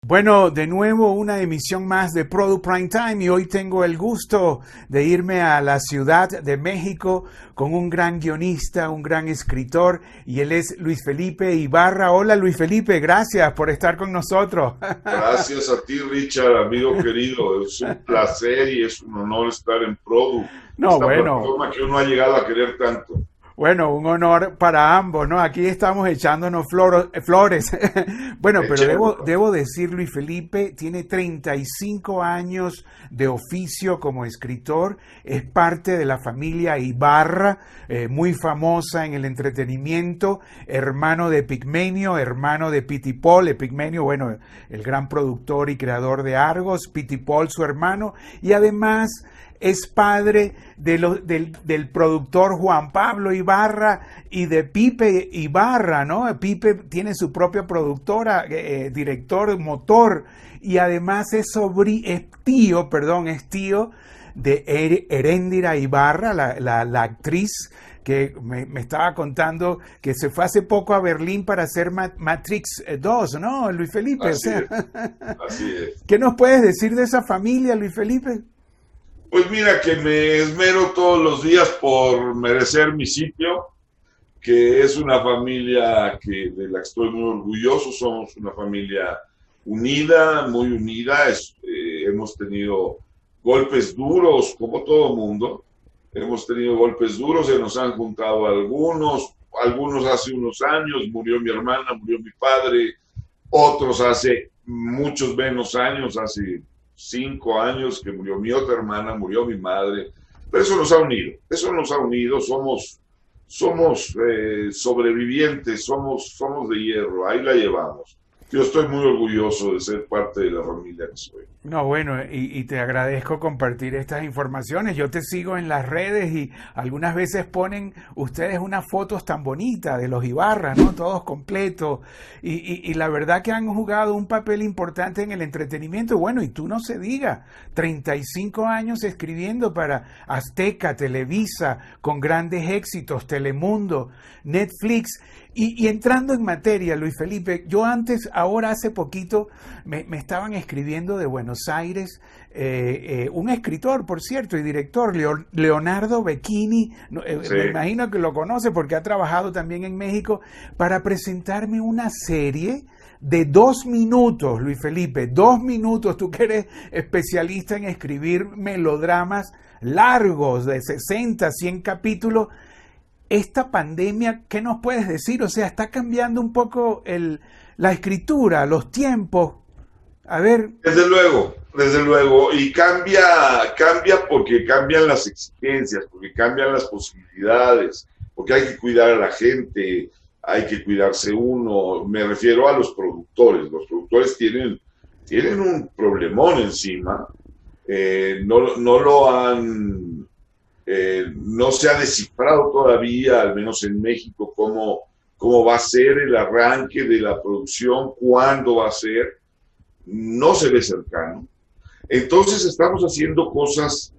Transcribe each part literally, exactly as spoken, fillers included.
Bueno, de nuevo una emisión más de Product Prime Time y hoy tengo el gusto de irme a la Ciudad de México con un gran guionista, un gran escritor y él es Luis Felipe Ibarra. Hola Luis Felipe, gracias por estar con nosotros. Gracias a ti, Richard, amigo querido. Es un placer y es un honor estar en Product, No, esta bueno. plataforma que uno ha llegado a querer tanto. Bueno, un honor para ambos, ¿no? Aquí estamos echándonos floro, flores. Bueno, pero debo, debo decir, Luis Felipe tiene treinta y cinco años de oficio como escritor, es parte de la familia Ibarra, eh, muy famosa en el entretenimiento, hermano de Pigmenio, hermano de Piti Paul, Pigmenio, bueno, el gran productor y creador de Argos, Piti Paul su hermano, y además es padre de lo, del, del productor Juan Pablo Ibarra y de Pipe Ibarra, ¿no? Pipe tiene su propia productora, eh, director, motor, y además es, sobri, es tío, perdón, es tío de Heréndira Ibarra, la, la, la actriz que me, me estaba contando que se fue hace poco a Berlín para hacer Matrix dos, ¿no, Luis Felipe? Así o sea, es, así es. ¿Qué nos puedes decir de esa familia, Luis Felipe? Pues mira que me esmero todos los días por merecer mi sitio, que es una familia que, de la que estoy muy orgulloso. Somos una familia unida, muy unida. Es, eh, hemos tenido golpes duros, como todo mundo. Hemos tenido golpes duros, se nos han juntado algunos, algunos hace unos años, murió mi hermana, murió mi padre, otros hace muchos menos años, hace cinco años que murió mi otra hermana, murió mi madre, pero eso nos ha unido, eso nos ha unido, somos, somos eh, sobrevivientes, somos, somos de hierro, ahí la llevamos. Yo estoy muy orgulloso de ser parte de la familia que soy. No, bueno, y, y te agradezco compartir estas informaciones. Yo te sigo en las redes y algunas veces ponen ustedes unas fotos tan bonitas de los Ibarra, ¿no? Todos completos. Y, y, y la verdad que han jugado un papel importante en el entretenimiento. Bueno, y tú no se diga, treinta y cinco años escribiendo para Azteca, Televisa, con grandes éxitos, Telemundo, Netflix. Y, y entrando en materia, Luis Felipe, yo antes, ahora hace poquito, me, me estaban escribiendo de Buenos Aires, eh, eh, un escritor, por cierto, y director, Leo, Leonardo Becchini, eh, sí. Me imagino que lo conoce porque ha trabajado también en México, para presentarme una serie de dos minutos, Luis Felipe, dos minutos, tú que eres especialista en escribir melodramas largos, de sesenta, cien capítulos. Esta pandemia, ¿qué nos puedes decir? O sea, está cambiando un poco el, la escritura, los tiempos. A ver. Desde luego, desde luego. Y cambia, cambia porque cambian las exigencias, porque cambian las posibilidades, porque hay que cuidar a la gente, hay que cuidarse uno. Me refiero a los productores. Los productores tienen, tienen un problemón encima. Eh, no, no lo han... Eh, no se ha descifrado todavía, al menos en México, cómo, cómo va a ser el arranque de la producción, cuándo va a ser, no se ve cercano. Entonces estamos haciendo cosas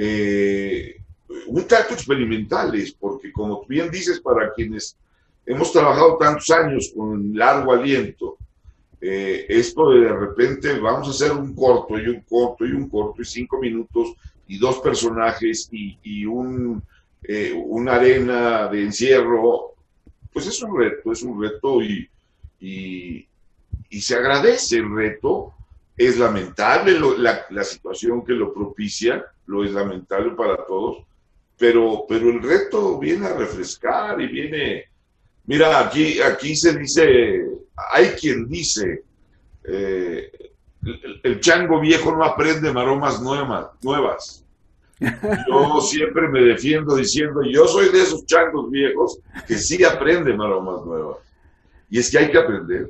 eh, un tanto experimentales, porque como bien dices, para quienes hemos trabajado tantos años con largo aliento, eh, esto de de repente vamos a hacer un corto y un corto y un corto y cinco minutos y dos personajes y, y un, eh, una arena de encierro, pues es un reto, es un reto y, y, y se agradece el reto. Es lamentable lo, la, la situación que lo propicia, lo es lamentable para todos, pero, pero el reto viene a refrescar y viene... Mira, aquí, aquí se dice, hay quien dice, eh, el, el chango viejo no aprende maromas nuevas, nuevas. Yo siempre me defiendo diciendo, yo soy de esos changos viejos que sí aprenden maromas nuevas. Y es que hay que aprender.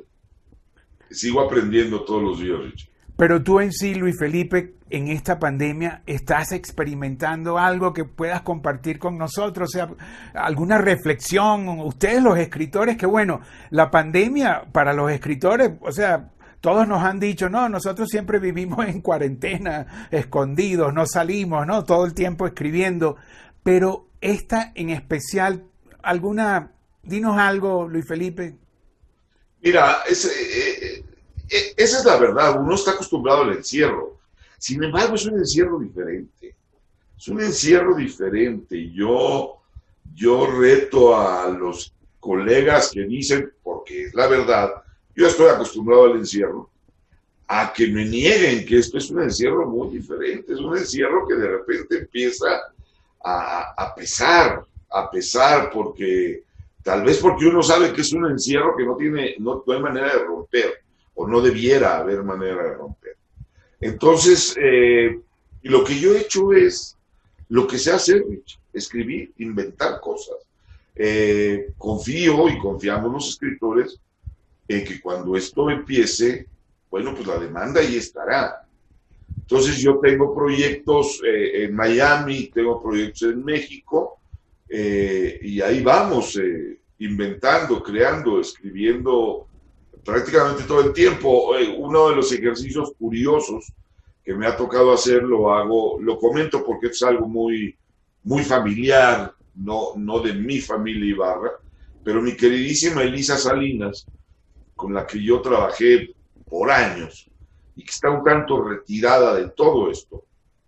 Sigo aprendiendo todos los días, Richard. Pero tú en sí, Luis Felipe, en esta pandemia, ¿estás experimentando algo que puedas compartir con nosotros? O sea, alguna reflexión, ustedes los escritores, que bueno, la pandemia para los escritores, o sea, todos nos han dicho, no, nosotros siempre vivimos en cuarentena, escondidos, no salimos, ¿no? Todo el tiempo escribiendo, pero esta en especial, alguna, dinos algo, Luis Felipe. Mira, es... Eh, e, esa es la verdad, uno está acostumbrado al encierro. Sin embargo, es un encierro diferente. Es un encierro diferente. Yo, yo reto a los colegas que dicen, porque es la verdad, yo estoy acostumbrado al encierro, a que me nieguen que esto es un encierro muy diferente. Es un encierro que de repente empieza a, a pesar, a pesar, porque tal vez porque uno sabe que es un encierro que no tiene, no, no hay manera de romper, o no debiera haber manera de romper. Entonces, eh, lo que yo he hecho es lo que sé hacer, escribir, inventar cosas. Eh, confío y confiamos los escritores en que cuando esto empiece, bueno, pues la demanda ahí estará. Entonces yo tengo proyectos eh, en Miami, tengo proyectos en México, eh, y ahí vamos, eh, inventando, creando, escribiendo prácticamente todo el tiempo. Eh, uno de los ejercicios curiosos que me ha tocado hacer, lo hago, lo comento porque es algo muy, muy familiar, no, no de mi familia Ibarra, pero mi queridísima Elisa Salinas, con la que yo trabajé por años y que está un tanto retirada de todo esto,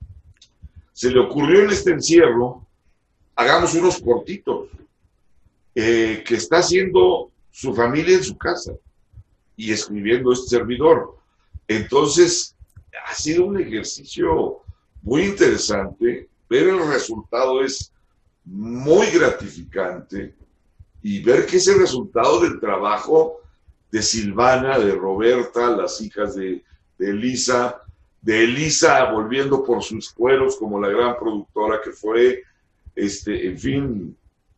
se le ocurrió en este encierro, hagamos unos cortitos, eh, que está haciendo su familia en su casa y escribiendo este servidor. Entonces, ha sido un ejercicio muy interesante, pero el resultado es muy gratificante, y ver que ese resultado del trabajo de Silvana, de Roberta, las hijas de, de Elisa, de Elisa volviendo por sus cueros como la gran productora que fue, este, en fin,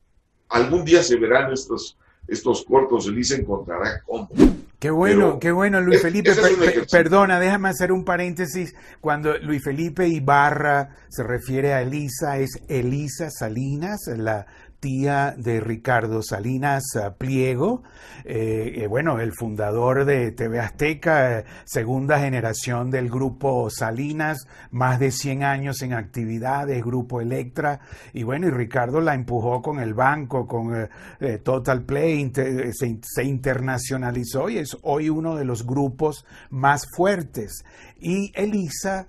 algún día se verán estos, estos cortos, Elisa encontrará cómo. Qué bueno, Pero, qué bueno, Luis Felipe. es Per, per, perdona, déjame hacer un paréntesis. Cuando Luis Felipe Ibarra se refiere a Elisa, es Elisa Salinas, la tía de Ricardo Salinas Pliego, eh, eh, bueno, el fundador de T V Azteca, eh, segunda generación del grupo Salinas, más de cien años en actividades, Grupo Electra, y bueno, y Ricardo la empujó con el banco, con eh, eh, Total Play, inter, se, se internacionalizó y es hoy uno de los grupos más fuertes. Y Elisa,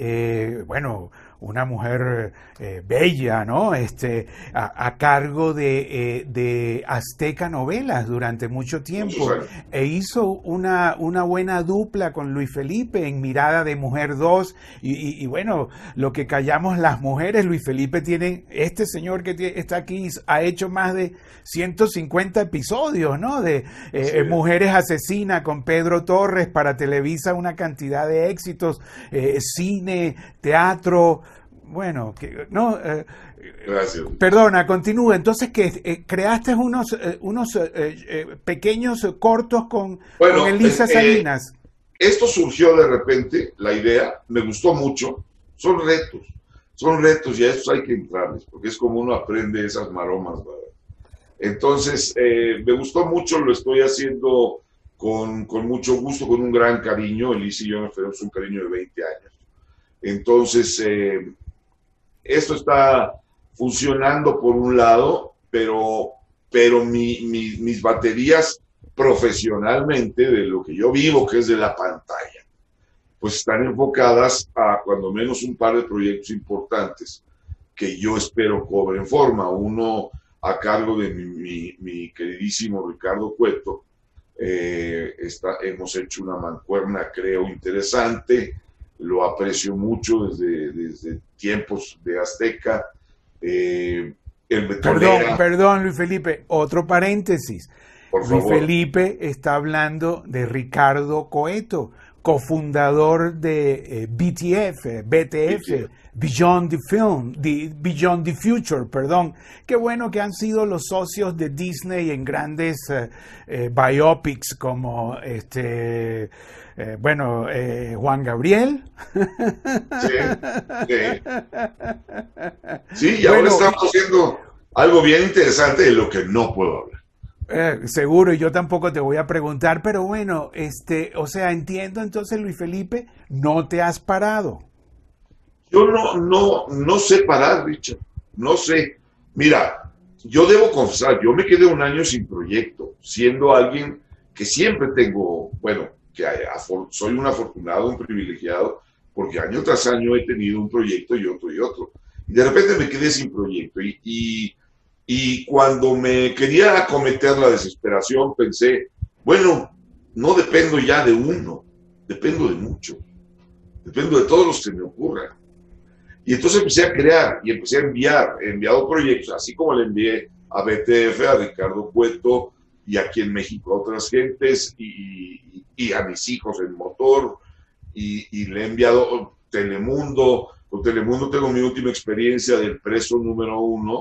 eh, bueno, una mujer eh, bella, ¿no? Este, a, a cargo de, eh, de Azteca Novelas durante mucho tiempo, e hizo una, una buena dupla con Luis Felipe en Mirada de Mujer dos, y, y, y bueno, lo que callamos las mujeres, Luis Felipe tiene, este señor que tiene, está aquí, ha hecho más de ciento cincuenta episodios, ¿no? De eh, sí. Mujeres Asesinas con Pedro Torres para Televisa, una cantidad de éxitos, eh, cine, teatro. Bueno, que, no, eh, gracias. Perdona, continúa. Entonces, que eh, creaste unos, eh, unos eh, eh, pequeños cortos con, bueno, con Elisa eh, Salinas. Esto surgió de repente, la idea, me gustó mucho. Son retos, son retos y a estos hay que entrarles, porque es como uno aprende esas maromas, ¿verdad? Entonces, eh, me gustó mucho, lo estoy haciendo con, con mucho gusto, con un gran cariño. Elisa y yo nos tenemos un cariño de veinte años. Entonces, eh, esto está funcionando por un lado, pero, pero mi, mi, mis baterías profesionalmente, de lo que yo vivo, que es de la pantalla, pues están enfocadas a cuando menos un par de proyectos importantes que yo espero cobren forma. Uno a cargo de mi, mi, mi queridísimo Ricardo Cueto. Eh, está, hemos hecho una mancuerna, creo, interesante. Lo aprecio mucho desde, desde tiempos de Azteca. Eh, el perdón, perdón, Luis Felipe, otro paréntesis. Por Luis favor. Felipe está hablando de Ricardo Coeto, cofundador de eh, B T F, B T F, B T F, Beyond the Film, the, Beyond the Future, perdón. Qué bueno que han sido los socios de Disney en grandes eh, eh, biopics como este... Eh, bueno, eh, Juan Gabriel. Sí, sí. Sí, y ahora bueno, estamos haciendo algo bien interesante de lo que no puedo hablar. Eh, seguro, y yo tampoco te voy a preguntar, pero bueno, este, o sea, entiendo entonces, Luis Felipe, no te has parado. Yo no, no, no sé parar, Richard, no sé. Mira, yo debo confesar, yo me quedé un año sin proyecto, siendo alguien que siempre tengo, bueno, que soy un afortunado, un privilegiado, porque año tras año he tenido un proyecto y otro y otro. Y de repente me quedé sin proyecto. Y, y, y cuando me quería acometer la desesperación, pensé, bueno, no dependo ya de uno, dependo de muchos. Dependo de todos los que se me ocurran. Y entonces empecé a crear y empecé a enviar. He enviado proyectos, así como le envié a B T F, a Ricardo Cueto, y aquí en México a otras gentes, y, y, y a mis hijos en Motor, y, y le he enviado Telemundo. Con Telemundo tengo mi última experiencia del preso número uno,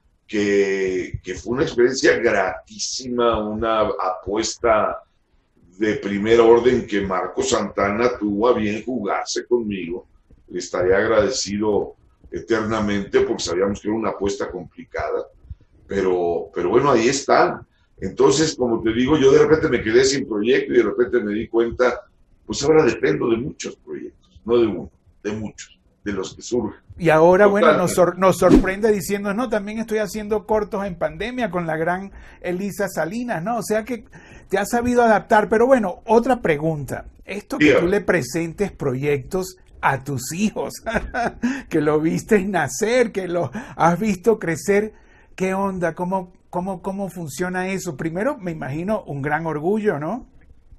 que, que fue una experiencia gratísima, una apuesta de primer orden que Marco Santana tuvo a bien jugarse conmigo. Le estaré agradecido eternamente porque sabíamos que era una apuesta complicada, pero, pero bueno, ahí están. Entonces, como te digo, yo de repente me quedé sin proyecto y de repente me di cuenta, pues ahora dependo de muchos proyectos, no de uno, de muchos, de los que surgen. Y ahora, bueno, nos, sor nos sorprende diciendo, no, también estoy haciendo cortos en pandemia con la gran Elisa Salinas, ¿no? O sea que te has sabido adaptar. Pero bueno, otra pregunta. Esto que yeah. tú le presentes proyectos a tus hijos, que lo viste nacer, que lo has visto crecer, ¿qué onda? ¿Cómo, cómo, cómo funciona eso? Primero, me imagino, un gran orgullo, ¿no?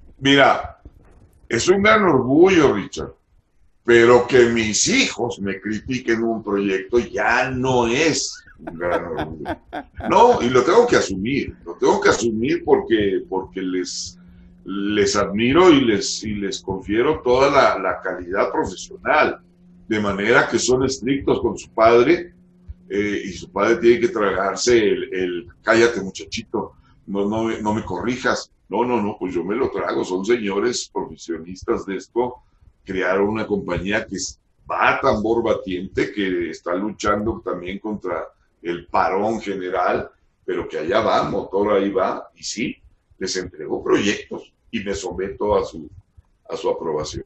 Mira, es un gran orgullo, Richard. Pero que mis hijos me critiquen un proyecto ya no es un gran orgullo. No, y lo tengo que asumir, lo tengo que asumir porque, porque les, les admiro y les, y les confiero toda la, la calidad profesional, de manera que son estrictos con su padre, eh, y su padre tiene que tragarse el, el cállate muchachito, no, no, no me corrijas. No, no, no, pues yo me lo trago, son señores profesionistas de esto. Crearon una compañía que va a tambor batiente, que está luchando también contra el parón general, pero que allá va, Motor ahí va, y sí, les entregó proyectos y me someto a su, a su aprobación.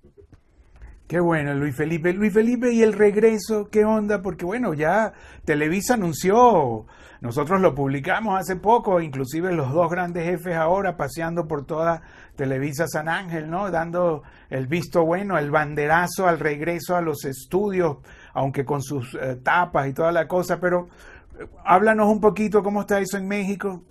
Qué bueno, Luis Felipe. Luis Felipe, ¿y el regreso? ¿Qué onda? Porque bueno, ya Televisa anunció, nosotros lo publicamos hace poco, inclusive los dos grandes jefes ahora paseando por toda Televisa San Ángel, ¿no? Dando el visto bueno, el banderazo al regreso a los estudios, aunque con sus eh, tapas y toda la cosa, pero eh, háblanos un poquito, ¿cómo está eso en México?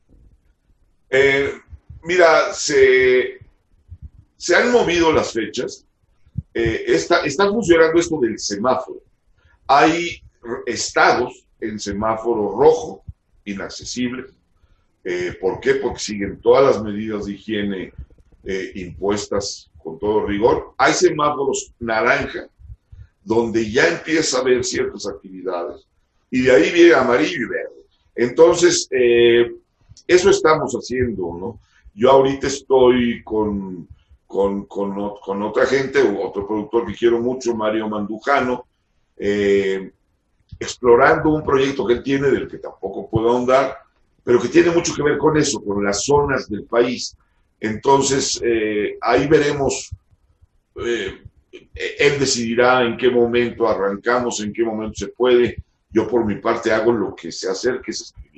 Eh, mira, se, se han movido las fechas. Eh, está, está funcionando esto del semáforo. Hay estados en semáforo rojo, inaccesible. Eh, ¿Por qué? Porque siguen todas las medidas de higiene eh, impuestas con todo rigor. Hay semáforos naranja, donde ya empieza a haber ciertas actividades, y de ahí viene amarillo y verde. Entonces, eh, eso estamos haciendo, ¿no? Yo ahorita estoy con... Con, con, con otra gente, otro productor que quiero mucho, Mario Mandujano, eh, explorando un proyecto que él tiene, del que tampoco puedo ahondar, pero que tiene mucho que ver con eso, con las zonas del país. Entonces, eh, ahí veremos, eh, él decidirá en qué momento arrancamos, en qué momento se puede. Yo por mi parte hago lo que sé hacer, que es escribir.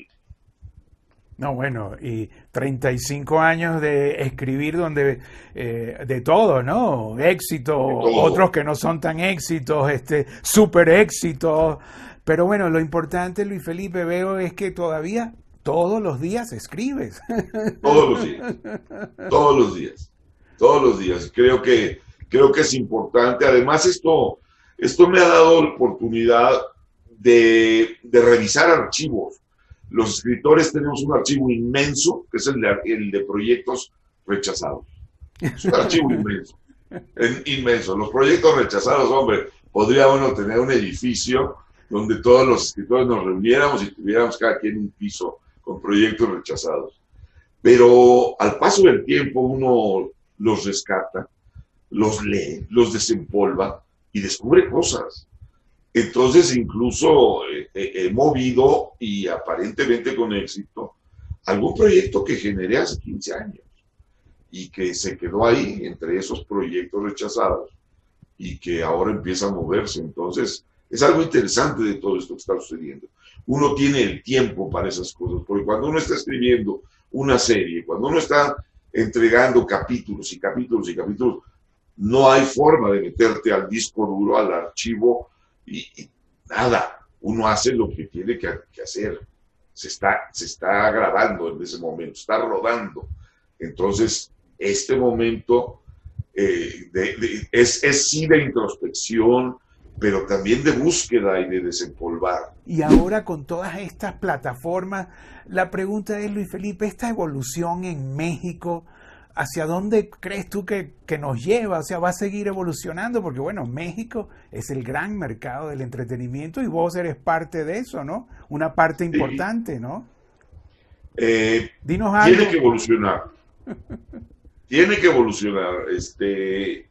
No, bueno, y treinta y cinco años de escribir donde eh, de todo, ¿no? Éxito, todo. Otros que no son tan éxitos, este, súper éxitos. Pero bueno, lo importante, Luis Felipe, veo es que todavía todos los días escribes. Todos los días, todos los días, todos los días. Creo que, creo que es importante. Además, esto, esto me ha dado la oportunidad de, de revisar archivos. Los escritores tenemos un archivo inmenso, que es el de, el de proyectos rechazados. Es un archivo inmenso, inmenso. Los proyectos rechazados, hombre, podría uno tener un edificio donde todos los escritores nos reuniéramos y tuviéramos cada quien un piso con proyectos rechazados. Pero al paso del tiempo uno los rescata, los lee, los desempolva y descubre cosas. Entonces, incluso eh, he movido, y aparentemente con éxito, algún proyecto que generé hace quince años y que se quedó ahí entre esos proyectos rechazados y que ahora empieza a moverse. Entonces, es algo interesante de todo esto que está sucediendo. Uno tiene el tiempo para esas cosas, porque cuando uno está escribiendo una serie, cuando uno está entregando capítulos y capítulos y capítulos. No hay forma de meterte al disco duro, al archivo, y, y nada. Uno hace lo que tiene que, que hacer. Se está, se está grabando en ese momento, está rodando. Entonces, este momento eh, de, de, es, es sí de introspección, pero también de búsqueda y de desempolvar. Y ahora con todas estas plataformas, la pregunta es, Luis Felipe, esta evolución en México, ¿hacia dónde crees tú que, que nos lleva? O sea, ¿va a seguir evolucionando? Porque bueno, México es el gran mercado del entretenimiento y vos eres parte de eso, ¿no? Una parte importante, ¿no? Eh, Dinos algo. Tiene que evolucionar. Tiene que evolucionar. Este,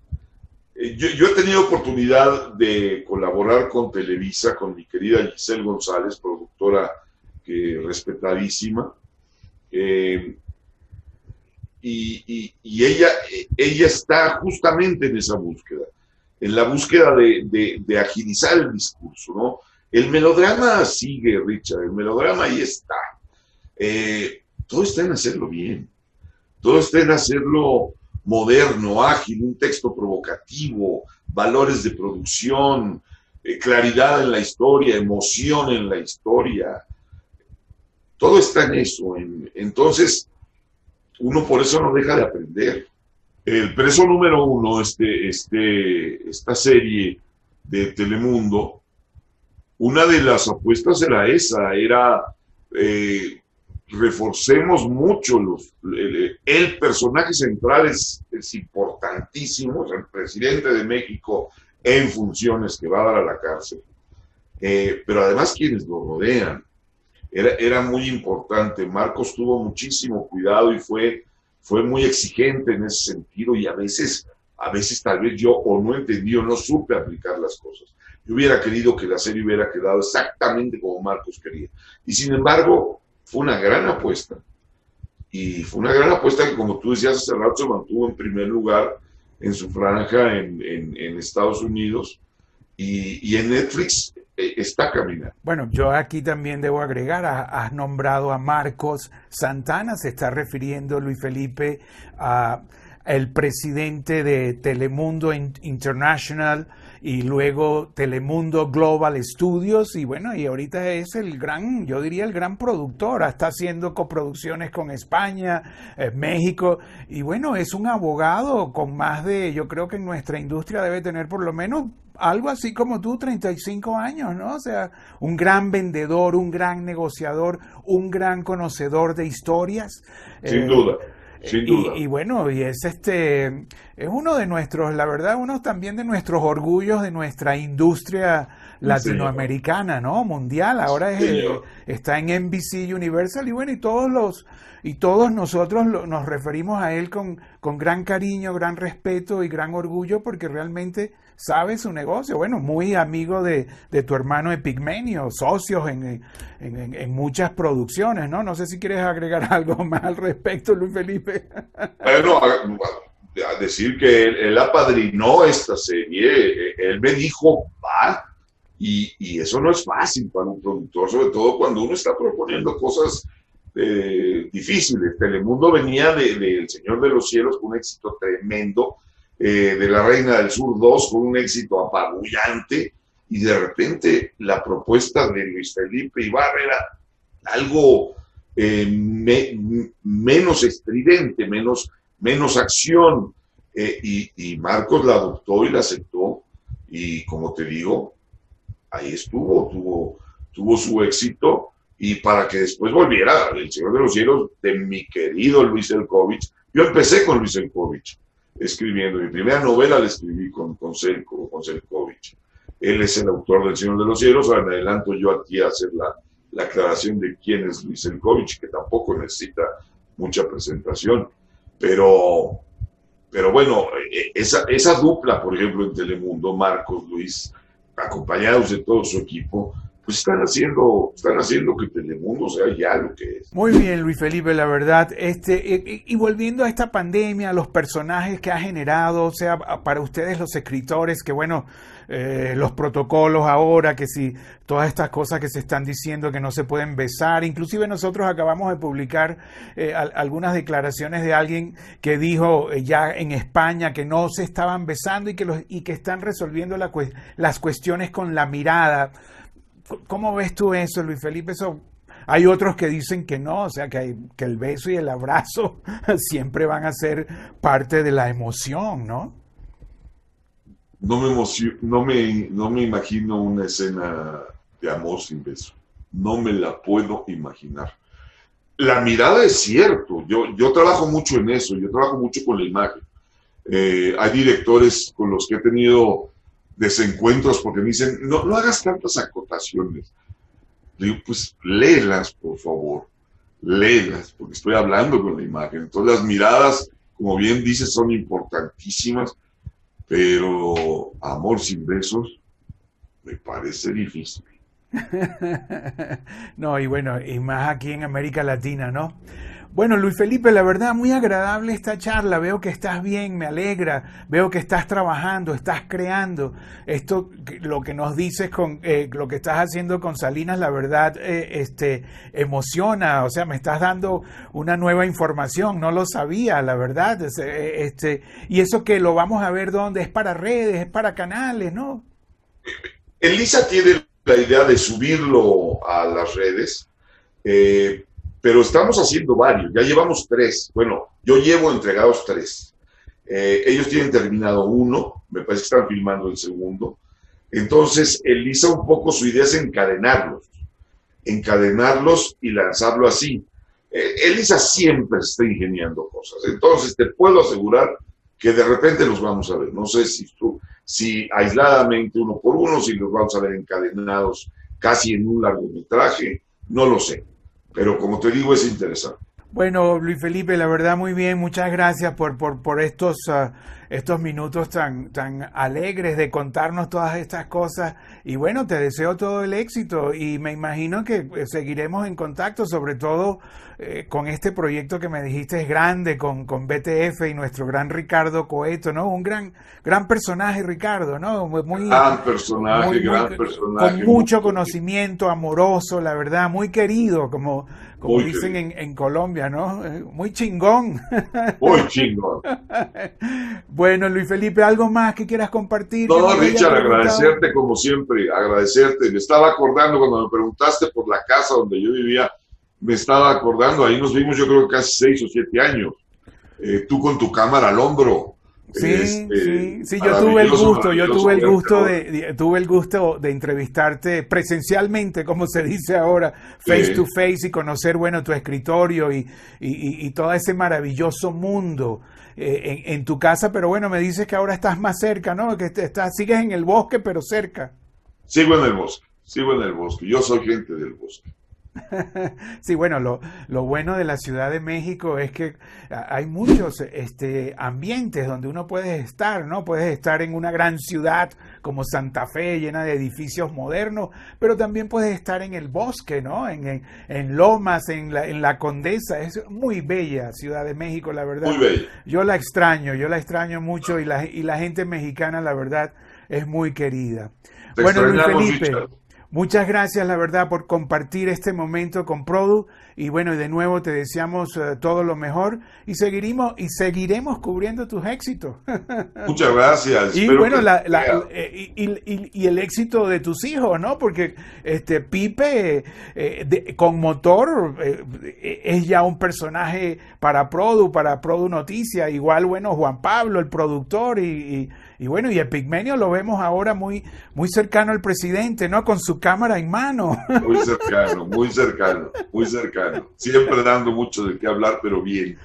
yo, yo he tenido oportunidad de colaborar con Televisa, con mi querida Giselle González, productora que, respetadísima. Eh, Y, y, y ella, ella está justamente en esa búsqueda, en la búsqueda de, de, de agilizar el discurso, ¿no? El melodrama sigue, Richard, el melodrama ahí está. Eh, todo está en hacerlo bien, todo está en hacerlo moderno, ágil, un texto provocativo, valores de producción, eh, claridad en la historia, emoción en la historia. Todo está en eso. En, entonces, uno por eso no deja de aprender. El preso número uno, este, este, esta serie de Telemundo, una de las apuestas era esa, era eh, reforcemos mucho los, el, el personaje central es, es importantísimo, es el presidente de México en funciones que va a dar a la cárcel, eh, pero además quienes lo rodean. Era, era muy importante. Marcos tuvo muchísimo cuidado y fue, fue muy exigente en ese sentido, y a veces, a veces tal vez yo o no entendí o no supe aplicar las cosas. Yo hubiera querido que la serie hubiera quedado exactamente como Marcos quería. Y sin embargo, fue una gran apuesta. Y fue una gran apuesta que, como tú decías hace rato, se mantuvo en primer lugar en su franja en, en, en Estados Unidos. Y, y en Netflix está caminando. Bueno, yo aquí también debo agregar, has nombrado a Marcos Santana, se está refiriendo Luis Felipe a el presidente de Telemundo International y luego Telemundo Global Studios, y bueno, y ahorita es el gran, yo diría el gran productor, está haciendo coproducciones con España, eh, México, y bueno, es un abogado con más de, yo creo que en nuestra industria debe tener por lo menos algo así como tú, treinta y cinco años, ¿no? O sea, un gran vendedor, un gran negociador, un gran conocedor de historias. Sin eh, duda. Sin duda. Y, y bueno, y es este, es uno de nuestros, la verdad, uno también de nuestros orgullos de nuestra industria latinoamericana, ¿no? Mundial. Ahora es, eh, está en N B C Universal, y bueno, y todos los, y todos nosotros lo, nos referimos a él con, con gran cariño, gran respeto y gran orgullo, porque realmente sabe su negocio. Bueno, muy amigo de, de tu hermano Epigmenio, socios en, en, en, en muchas producciones, ¿no? No sé si quieres agregar algo más al respecto, Luis Felipe. Bueno, a, a decir que él, él apadrinó esta serie, él me dijo, va, y, y eso no es fácil para un productor, sobre todo cuando uno está proponiendo cosas eh, difíciles. Telemundo venía de, de El Señor de los Cielos con un éxito tremendo, eh, de La Reina del Sur dos con un éxito apabullante, y de repente la propuesta de Luis Felipe Ibarra era algo eh, me, menos estridente, menos, menos acción, eh, y, y Marcos la adoptó y la aceptó, y como te digo, ahí estuvo, tuvo, tuvo su éxito, y para que después volviera El Señor de los Cielos de mi querido Luis Elkovich. Yo empecé con Luis Elkovich escribiendo, mi primera novela la escribí con, con Selko, con Selkovich. Él es el autor del Señor de los Cielos. Ahora me adelanto yo aquí a hacer la, la aclaración de quién es Luis Elkovich, que tampoco necesita mucha presentación, pero, pero bueno, esa, esa dupla, por ejemplo, en Telemundo, Marcos, Luis, acompañados de todo su equipo, pues están haciendo, están haciendo que Telemundo sea ya lo que es. Muy bien, Luis Felipe, la verdad. Este, y, y volviendo a esta pandemia, los personajes que ha generado, o sea, para ustedes los escritores, que bueno, eh, los protocolos ahora, que si todas estas cosas que se están diciendo que no se pueden besar, inclusive nosotros acabamos de publicar eh, al, algunas declaraciones de alguien que dijo eh, ya en España que no se estaban besando y que, los, y que están resolviendo la, las cuestiones con la mirada. ¿Cómo ves tú eso, Luis Felipe? Eso, hay otros que dicen que no, o sea, que, hay, que el beso y el abrazo siempre van a ser parte de la emoción, ¿no? No me, emocio no, me, no me imagino una escena de amor sin beso. No me la puedo imaginar. La mirada es cierto. Yo, yo trabajo mucho en eso. Yo trabajo mucho con la imagen. Eh, hay directores con los que he tenido desencuentros porque me dicen, no, no hagas tantas acotaciones. Digo, pues léelas, por favor. Léelas, porque estoy hablando con la imagen. Entonces las miradas, como bien dices, son importantísimas. Pero amor sin besos me parece difícil. No, y bueno, y más aquí en América Latina, ¿no? Bueno, Luis Felipe, la verdad, muy agradable esta charla. Veo que estás bien, me alegra. Veo que estás trabajando, estás creando. Esto, lo que nos dices con eh, lo que estás haciendo con Salinas, la verdad, eh, este, emociona. O sea, me estás dando una nueva información. No lo sabía, la verdad. Este, y eso que lo vamos a ver dónde, es para redes, es para canales, ¿no? Elisa tiene la idea de subirlo a las redes. Eh, Pero estamos haciendo varios, ya llevamos tres. Bueno, yo llevo entregados tres. Eh, ellos tienen terminado uno, me parece que están filmando el segundo. Entonces, Elisa un poco su idea es encadenarlos. Encadenarlos y lanzarlo así. Eh, Elisa siempre está ingeniando cosas. Entonces, te puedo asegurar que de repente los vamos a ver. No sé si, tú, si aisladamente uno por uno, si los vamos a ver encadenados casi en un largometraje, no lo sé. Pero como te digo, es interesante. Bueno, Luis Felipe, la verdad muy bien, muchas gracias por, por, por estos, uh, estos minutos tan, tan alegres de contarnos todas estas cosas. Y bueno, te deseo todo el éxito y me imagino que seguiremos en contacto, sobre todo eh, con este proyecto que me dijiste es grande, con, con B T F y nuestro gran Ricardo Coeto, ¿no? Un gran, gran personaje, Ricardo, ¿no? Muy, gran personaje, muy, gran muy, personaje. Con mucho conocimiento, amoroso, la verdad, muy querido, como... Como muy dicen en, en Colombia, ¿no? Muy chingón. Muy chingón. Bueno, Luis Felipe, ¿algo más que quieras compartir? No, Richard, agradecerte como siempre, agradecerte. Me estaba acordando cuando me preguntaste por la casa donde yo vivía, me estaba acordando, ahí nos vimos yo creo que casi seis o siete años. Eh, tú con tu cámara al hombro. Sí, este, sí, sí, yo tuve el gusto, yo tuve el gusto de, de, tuve el gusto de entrevistarte presencialmente, como se dice ahora, face sí. to face y conocer, bueno, tu escritorio y, y, y todo ese maravilloso mundo eh, en, en tu casa, pero bueno, me dices que ahora estás más cerca, ¿no? Que estás, sigues en el bosque, pero cerca. Sigo en el bosque, sigo en el bosque, yo soy gente del bosque. Sí, bueno, lo, lo bueno de la Ciudad de México es que hay muchos este, ambientes donde uno puede estar, ¿no? Puedes estar en una gran ciudad como Santa Fe, llena de edificios modernos, pero también puedes estar en el bosque, ¿no? En, en, en Lomas, en la, en la Condesa. Es muy bella Ciudad de México, la verdad. Muy bella. Yo la extraño, yo la extraño mucho y la, y la gente mexicana, la verdad, es muy querida. Te bueno, Luis Felipe. Richard. Muchas gracias, la verdad, por compartir este momento con Produ y bueno, de nuevo te deseamos uh, todo lo mejor y seguiremos y seguiremos cubriendo tus éxitos. Muchas gracias. Y Espero bueno, la, la, y, y, y el éxito de tus hijos, ¿no? Porque este Pipe eh, de, con motor eh, es ya un personaje para Produ, para Produ Noticias. Igual, bueno, Juan Pablo, el productor y, y Y bueno, y Epigmenio lo vemos ahora muy, muy cercano al presidente, ¿no? Con su cámara en mano. Muy cercano, muy cercano, muy cercano. Siempre dando mucho de qué hablar, pero bien.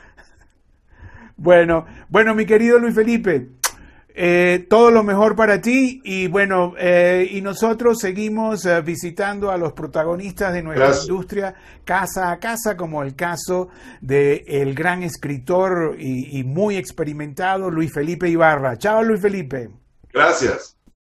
Bueno, bueno, mi querido Luis Felipe, eh, todo lo mejor para ti y bueno, eh, y nosotros seguimos eh, visitando a los protagonistas de nuestra Gracias. industria casa a casa, como el caso de el gran escritor y, y muy experimentado Luis Felipe Ibarra. Chao, Luis Felipe. Gracias.